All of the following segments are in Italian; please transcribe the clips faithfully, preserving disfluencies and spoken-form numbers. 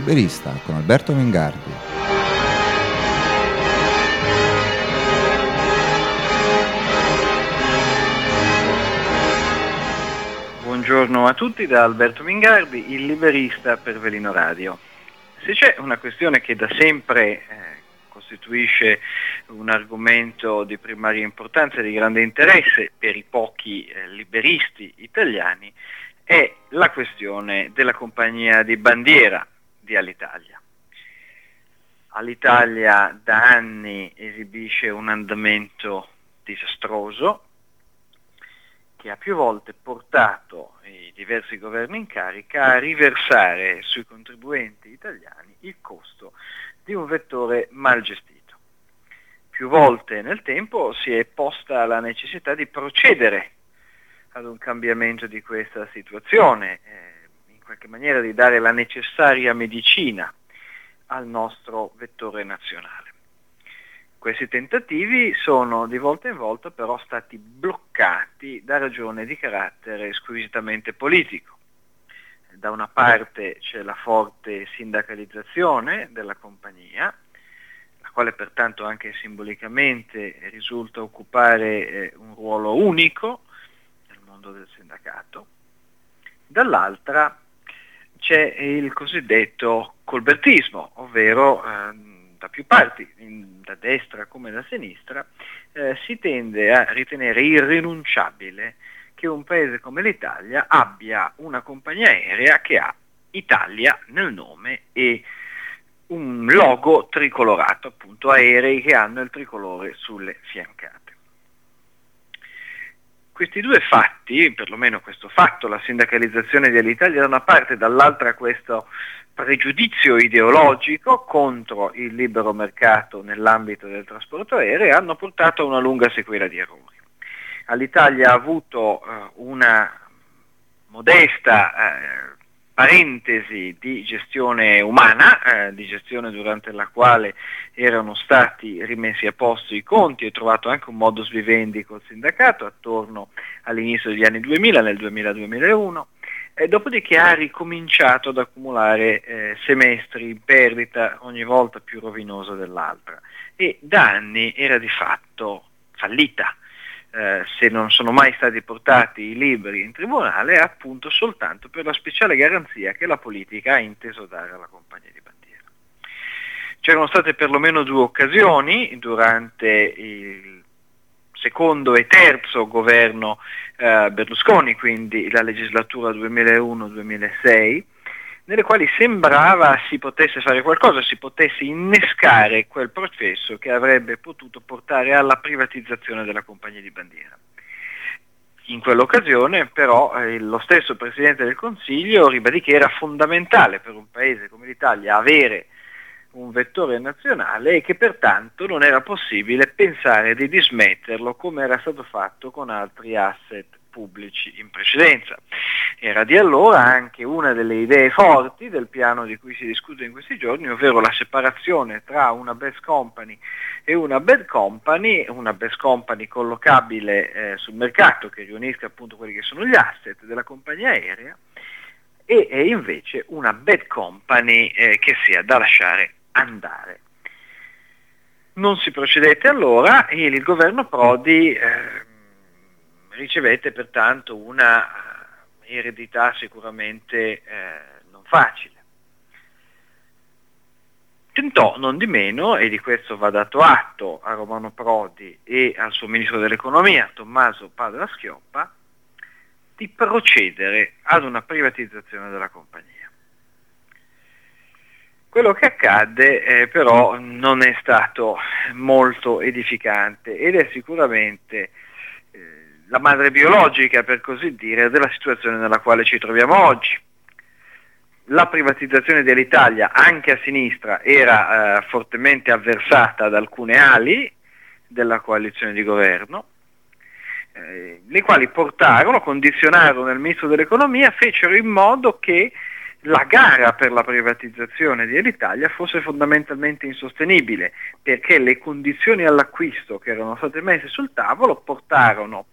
Liberista con Alberto Mingardi. Buongiorno a tutti da Alberto Mingardi, il Liberista per Velino Radio. Se c'è una questione che da sempre eh, costituisce un argomento di primaria importanza e di grande interesse per i pochi eh, liberisti italiani, è la questione della compagnia di bandiera di Alitalia. Alitalia da anni esibisce un andamento disastroso che ha più volte portato i diversi governi in carica a riversare sui contribuenti italiani il costo di un vettore mal gestito. Più volte nel tempo si è posta la necessità di procedere ad un cambiamento di questa situazione, eh, in qualche maniera di dare la necessaria medicina al nostro vettore nazionale. Questi tentativi sono di volta in volta però stati bloccati da ragioni di carattere squisitamente politico. Da una parte c'è la forte sindacalizzazione della compagnia, la quale pertanto anche simbolicamente risulta occupare eh, un ruolo unico nel mondo del sindacato. Dall'altra c'è il cosiddetto colbertismo, ovvero eh, da più parti, in, da destra come da sinistra, eh, si tende a ritenere irrinunciabile che un paese come l'Italia abbia una compagnia aerea che ha Italia nel nome e un logo tricolorato, appunto aerei che hanno il tricolore sulle fiancate. Questi due fatti, perlomeno questo fatto, la sindacalizzazione dell'Italia da una parte e dall'altra questo pregiudizio ideologico contro il libero mercato nell'ambito del trasporto aereo, hanno portato a una lunga sequela di errori. L'Italia ha avuto eh, una modesta eh, parentesi di gestione umana, eh, di gestione durante la quale erano stati rimessi a posto i conti e trovato anche un modus vivendi col sindacato attorno all'inizio degli anni duemila, nel duemila-duemilauno, e dopodiché ha ricominciato ad accumulare eh, semestri in perdita, ogni volta più rovinosa dell'altra, e da anni era di fatto fallita. Eh, se non sono mai stati portati i libri in tribunale è appunto soltanto per la speciale garanzia che la politica ha inteso dare alla compagnia di bandiera. C'erano state perlomeno due occasioni durante il secondo e terzo governo eh, Berlusconi, quindi la legislatura duemilauno duemilasei, nelle quali sembrava si potesse fare qualcosa, si potesse innescare quel processo che avrebbe potuto portare alla privatizzazione della compagnia di bandiera. In quell'occasione però eh, lo stesso Presidente del Consiglio ribadì che era fondamentale per un paese come l'Italia avere un vettore nazionale e che pertanto non era possibile pensare di dismetterlo come era stato fatto con altri asset pubblici in precedenza. Era di allora anche una delle idee forti del piano di cui si discute in questi giorni, ovvero la separazione tra una best company e una bad company, una best company collocabile eh, sul mercato che riunisca appunto quelli che sono gli asset della compagnia aerea e, e invece una bad company eh, che sia da lasciare andare. Non si procedette allora e il governo Prodi eh, ricevette pertanto una eredità sicuramente eh, non facile. Tentò non di meno, e di questo va dato atto a Romano Prodi e al suo ministro dell'economia Tommaso Padoa-Schioppa, di procedere ad una privatizzazione della compagnia. Quello che accadde eh, però non è stato molto edificante ed è sicuramente eh, la madre biologica, per così dire, della situazione nella quale ci troviamo oggi. La privatizzazione dell'Italia, anche a sinistra, era eh, fortemente avversata da alcune ali della coalizione di governo, eh, le quali portarono, condizionarono il ministro dell'economia, fecero in modo che la gara per la privatizzazione di Alitalia fosse fondamentalmente insostenibile, perché le condizioni all'acquisto che erano state messe sul tavolo portarono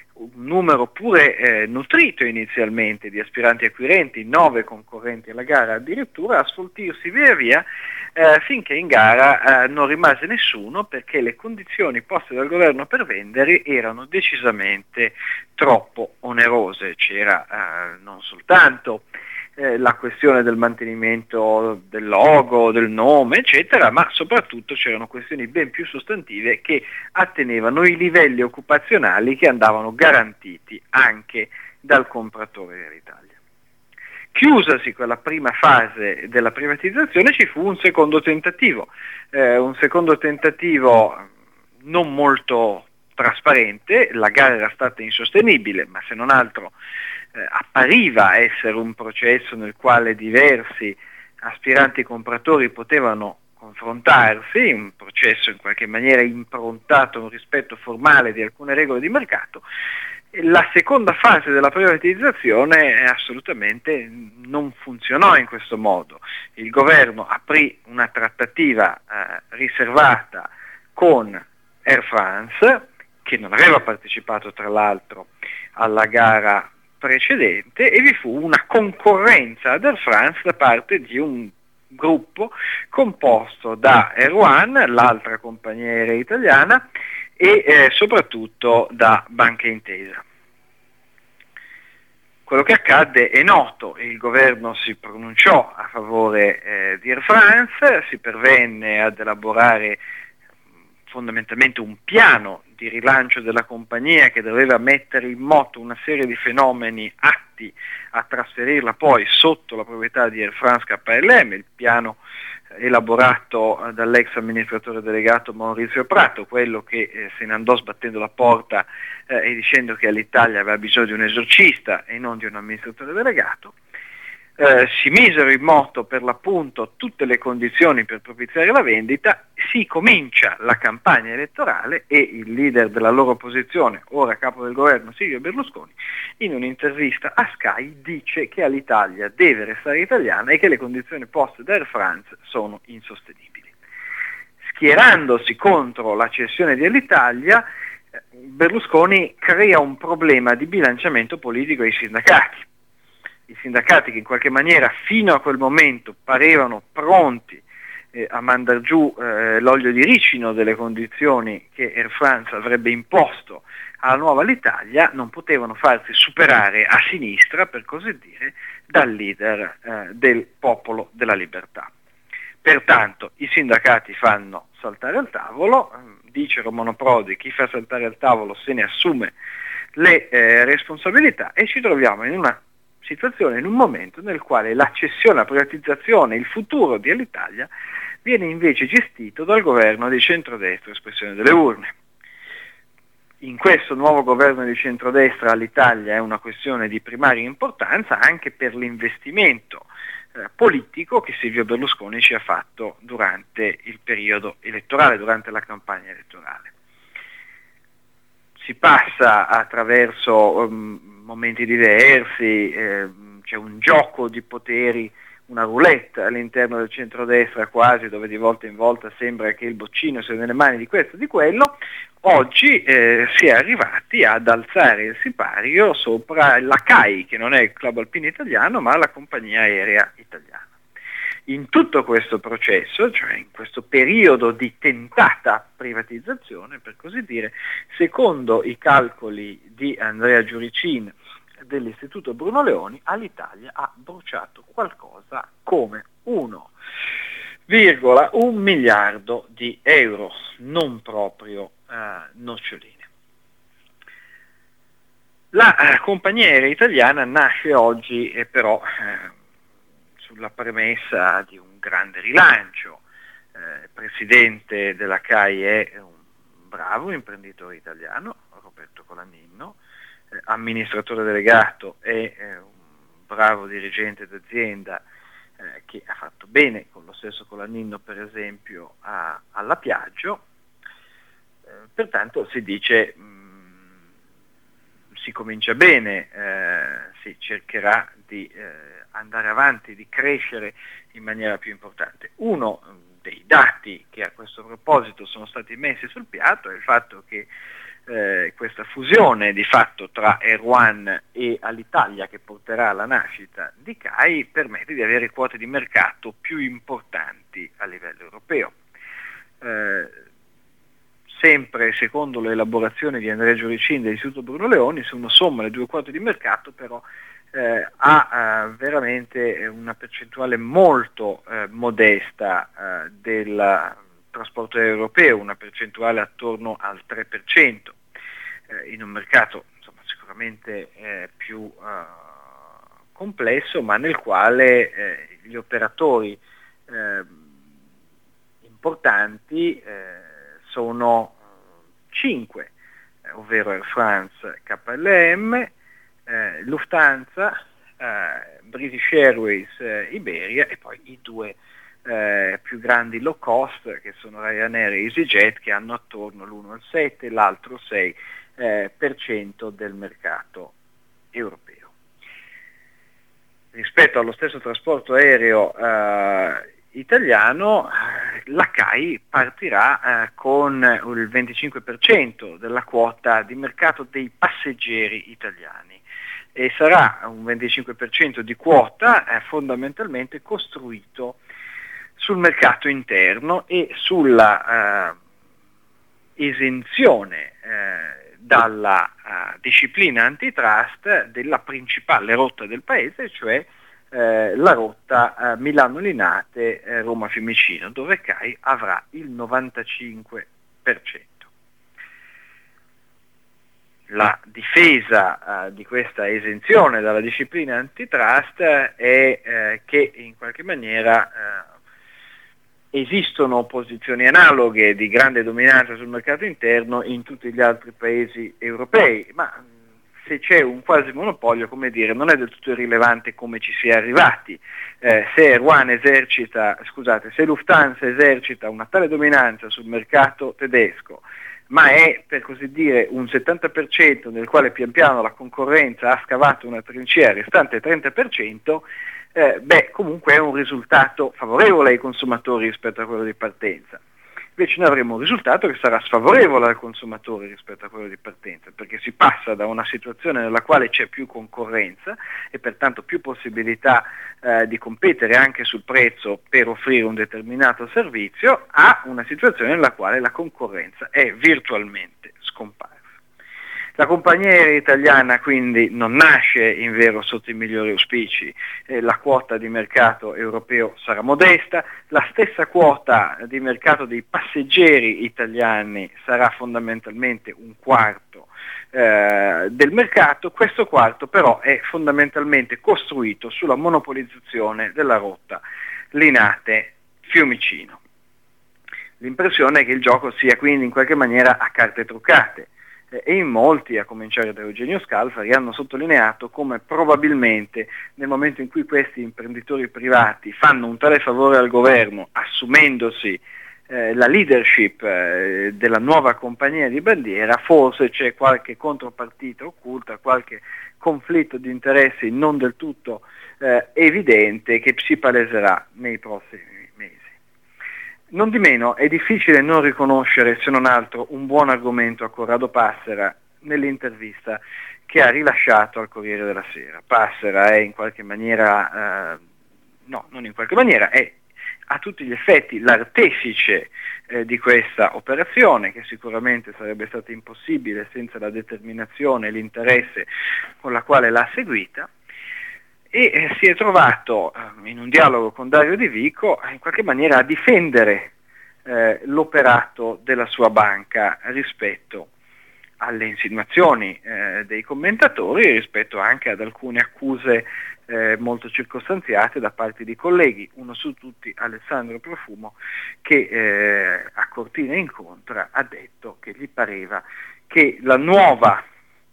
un numero pure eh, nutrito inizialmente di aspiranti acquirenti, nove concorrenti alla gara addirittura, a sfoltirsi via via eh, finché in gara eh, non rimase nessuno, perché le condizioni poste dal governo per vendere erano decisamente troppo onerose. C'era eh, non soltanto eh, la questione del mantenimento del logo, del nome, eccetera, ma soprattutto c'erano questioni ben più sostantive che attenevano i livelli occupazionali che andavano garantiti anche dal compratore dell'Italia. Chiusasi quella prima fase della privatizzazione, ci fu un secondo tentativo, eh, un secondo tentativo non molto trasparente. La gara era stata insostenibile, ma se non altro eh, appariva essere un processo nel quale diversi aspiranti compratori potevano confrontarsi, un processo in qualche maniera improntato a un rispetto formale di alcune regole di mercato. La seconda fase della privatizzazione assolutamente non funzionò in questo modo. Il governo aprì una trattativa eh, riservata con Air France, che non aveva partecipato tra l'altro alla gara precedente, e vi fu una concorrenza ad Air France da parte di un gruppo composto da Air One, l'altra compagnia aerea italiana, e eh, soprattutto da Banca Intesa. Quello che accadde è noto: il governo si pronunciò a favore eh, di Air France, si pervenne ad elaborare fondamentalmente un piano di rilancio della compagnia che doveva mettere in moto una serie di fenomeni atti a trasferirla poi sotto la proprietà di Air France K L M, il piano elaborato dall'ex amministratore delegato Maurizio Prato, quello che eh, se ne andò sbattendo la porta eh, e dicendo che all'Italia aveva bisogno di un esorcista e non di un amministratore delegato. Eh, si misero in moto per l'appunto tutte le condizioni per propiziare la vendita, si comincia la campagna elettorale e il leader della loro opposizione, ora capo del governo Silvio Berlusconi, in un'intervista a Sky dice che all'Italia deve restare italiana e che le condizioni poste da Air France sono insostenibili. Schierandosi contro la cessione di Alitalia, Berlusconi crea un problema di bilanciamento politico ai sindacati. I sindacati che in qualche maniera fino a quel momento parevano pronti eh, a mandar giù eh, l'olio di ricino delle condizioni che Air France avrebbe imposto alla nuova Alitalia, non potevano farsi superare a sinistra, per così dire, dal leader eh, del Popolo della Libertà. Pertanto i sindacati fanno saltare al tavolo, dice Romano Prodi: chi fa saltare al tavolo se ne assume le eh, responsabilità, e ci troviamo in una situazione, in un momento nel quale la cessione, la privatizzazione, il futuro di Alitalia viene invece gestito dal governo di centrodestra, espressione delle urne. In questo nuovo governo di centrodestra Alitalia è una questione di primaria importanza anche per l'investimento eh, politico che Silvio Berlusconi ci ha fatto durante il periodo elettorale, durante la campagna elettorale. Si passa attraverso um, momenti diversi, eh, c'è un gioco di poteri, una roulette all'interno del centrodestra quasi, dove di volta in volta sembra che il boccino sia nelle mani di questo e di quello. Oggi eh, si è arrivati ad alzare il sipario sopra la C A I, che non è il Club Alpino Italiano, ma la compagnia aerea italiana. In tutto questo processo, cioè in questo periodo di tentata privatizzazione, per così dire, secondo i calcoli di Andrea Giuricin dell'Istituto Bruno Leoni, Alitalia ha bruciato qualcosa come uno virgola uno miliardo di euro, non proprio eh, noccioline. La eh, compagnia aerea italiana nasce oggi eh, però eh, sulla premessa di un grande rilancio. Eh, il presidente della C A I è un bravo imprenditore italiano, Roberto Colaninno, eh, amministratore delegato e eh, un bravo dirigente d'azienda eh, che ha fatto bene con lo stesso Colaninno, per esempio, a, alla Piaggio. Eh, pertanto si dice mh, si comincia bene, eh, si cercherà di eh, andare avanti, di crescere in maniera più importante. Uno dei dati che a questo proposito sono stati messi sul piatto è il fatto che eh, questa fusione di fatto tra Erwan e Alitalia, che porterà alla nascita di C A I, permette di avere quote di mercato più importanti a livello europeo. Eh, sempre secondo le elaborazioni di Andrea Gioricin dell'Istituto Bruno Leoni, se uno somma le due quote di mercato però eh, ha eh, veramente una percentuale molto eh, modesta eh, del trasporto europeo, una percentuale attorno al tre per cento, eh, in un mercato insomma, sicuramente eh, più eh, complesso, ma nel quale eh, gli operatori eh, importanti eh, sono cinque, eh, ovvero Air France, K L M, eh, Lufthansa, eh, British Airways, eh, Iberia e poi i due eh, più grandi low cost che sono Ryanair e EasyJet, che hanno attorno l'uno al sette e l'altro sei eh, per cento del mercato europeo. Rispetto allo stesso trasporto aereo eh, italiano, la C A I partirà eh, con il venticinque per cento della quota di mercato dei passeggeri italiani e sarà un venticinque per cento di quota eh, fondamentalmente costruito sul mercato interno e sulla eh, esenzione eh, dalla eh, disciplina antitrust della principale rotta del paese, cioè Eh, la rotta eh, Milano-Linate, eh, Roma-Fiumicino, dove C A I avrà il novantacinque per cento. La difesa eh, di questa esenzione dalla disciplina antitrust è eh, che in qualche maniera eh, esistono posizioni analoghe di grande dominanza sul mercato interno in tutti gli altri paesi europei, ma se c'è un quasi monopolio, come dire, non è del tutto irrilevante come ci si è arrivati. Eh, se Erwan esercita, scusate, se Lufthansa esercita una tale dominanza sul mercato tedesco, ma è per così dire un settanta per cento nel quale pian piano la concorrenza ha scavato una trincea, restante trenta per cento, eh, beh, comunque è un risultato favorevole ai consumatori rispetto a quello di partenza. Invece noi avremo un risultato che sarà sfavorevole al consumatore rispetto a quello di partenza, perché si passa da una situazione nella quale c'è più concorrenza e pertanto più possibilità eh, di competere anche sul prezzo per offrire un determinato servizio, a una situazione nella quale la concorrenza è virtualmente scomparsa. La compagnia aerea italiana quindi non nasce in vero sotto i migliori auspici, eh, la quota di mercato europeo sarà modesta, la stessa quota di mercato dei passeggeri italiani sarà fondamentalmente un quarto eh, del mercato, questo quarto però è fondamentalmente costruito sulla monopolizzazione della rotta Linate-Fiumicino. L'impressione è che il gioco sia quindi in qualche maniera a carte truccate, e in molti, a cominciare da Eugenio Scalfari, hanno sottolineato come probabilmente nel momento in cui questi imprenditori privati fanno un tale favore al governo assumendosi eh, la leadership eh, della nuova compagnia di bandiera, forse c'è qualche contropartita occulta, qualche conflitto di interessi non del tutto eh, evidente che si paleserà nei prossimi mesi. Non di meno è difficile non riconoscere, se non altro, un buon argomento a Corrado Passera nell'intervista che ha rilasciato al Corriere della Sera. Passera è in qualche maniera, eh, no, non in qualche maniera, è a tutti gli effetti l'artefice eh, di questa operazione, che sicuramente sarebbe stata impossibile senza la determinazione e l'interesse con la quale l'ha seguita, e eh, si è trovato eh, in un dialogo con Dario Di Vico in qualche maniera a difendere eh, l'operato della sua banca rispetto alle insinuazioni eh, dei commentatori, rispetto anche ad alcune accuse eh, molto circostanziate da parte di colleghi, uno su tutti Alessandro Profumo, che eh, a Cortina Incontra ha detto che gli pareva che la nuova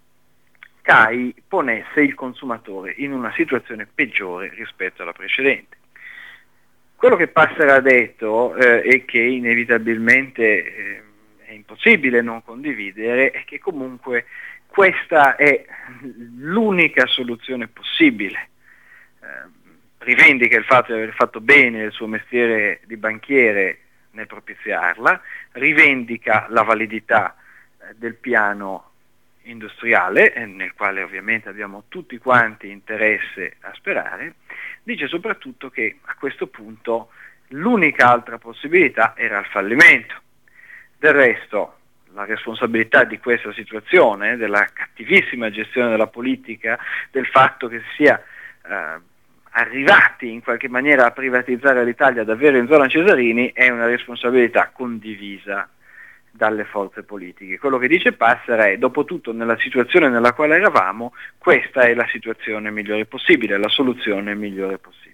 C A I ponesse il consumatore in una situazione peggiore rispetto alla precedente. Quello che Passera ha detto eh, e che inevitabilmente eh, è impossibile non condividere è che comunque questa è l'unica soluzione possibile. Eh, rivendica il fatto di aver fatto bene il suo mestiere di banchiere nel propiziarla, rivendica la validità eh, del piano industriale, eh, nel quale ovviamente abbiamo tutti quanti interesse a sperare, dice soprattutto che a questo punto l'unica altra possibilità era il fallimento. Del resto, la responsabilità di questa situazione, della cattivissima gestione della politica, del fatto che si sia eh, arrivati in qualche maniera a privatizzare l'Italia davvero in zona Cesarini, è una responsabilità condivisa dalle forze politiche. Quello che dice Passera è: dopo tutto, nella situazione nella quale eravamo, questa è la situazione migliore possibile, la soluzione migliore possibile.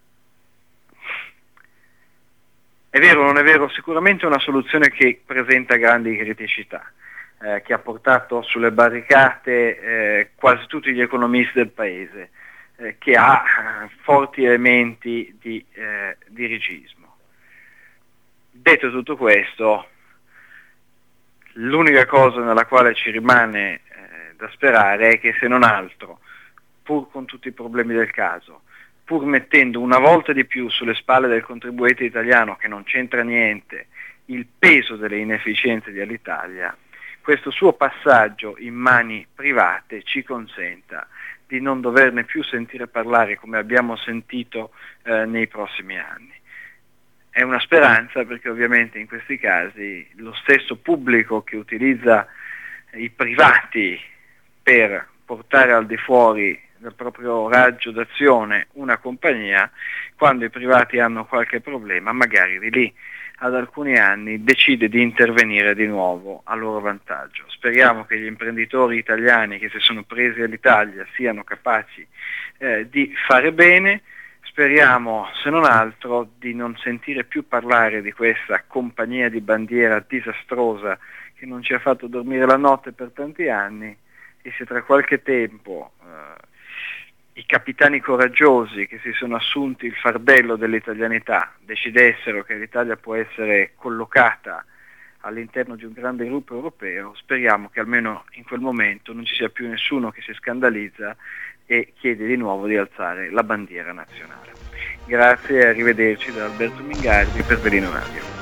È vero o non è vero? Sicuramente è una soluzione che presenta grandi criticità, eh, che ha portato sulle barricate eh, quasi tutti gli economisti del paese, eh, che ha eh, forti elementi di eh, dirigismo. Detto tutto questo, l'unica cosa nella quale ci rimane eh, da sperare è che, se non altro, pur con tutti i problemi del caso, pur mettendo una volta di più sulle spalle del contribuente italiano, che non c'entra niente, il peso delle inefficienze di Alitalia, questo suo passaggio in mani private ci consenta di non doverne più sentire parlare come abbiamo sentito eh, nei prossimi anni. È una speranza, perché ovviamente in questi casi lo stesso pubblico che utilizza i privati per portare al di fuori del proprio raggio d'azione una compagnia, quando i privati hanno qualche problema, magari di lì ad alcuni anni decide di intervenire di nuovo a loro vantaggio. Speriamo che gli imprenditori italiani che si sono presi all'Italia siano capaci eh, di fare bene. Speriamo, se non altro, di non sentire più parlare di questa compagnia di bandiera disastrosa che non ci ha fatto dormire la notte per tanti anni, e se tra qualche tempo eh, i capitani coraggiosi che si sono assunti il fardello dell'italianità decidessero che l'Italia può essere collocata all'interno di un grande gruppo europeo, speriamo che almeno in quel momento non ci sia più nessuno che si scandalizza e chiede di nuovo di alzare la bandiera nazionale. Grazie e arrivederci da Alberto Mingardi per Velino Radio.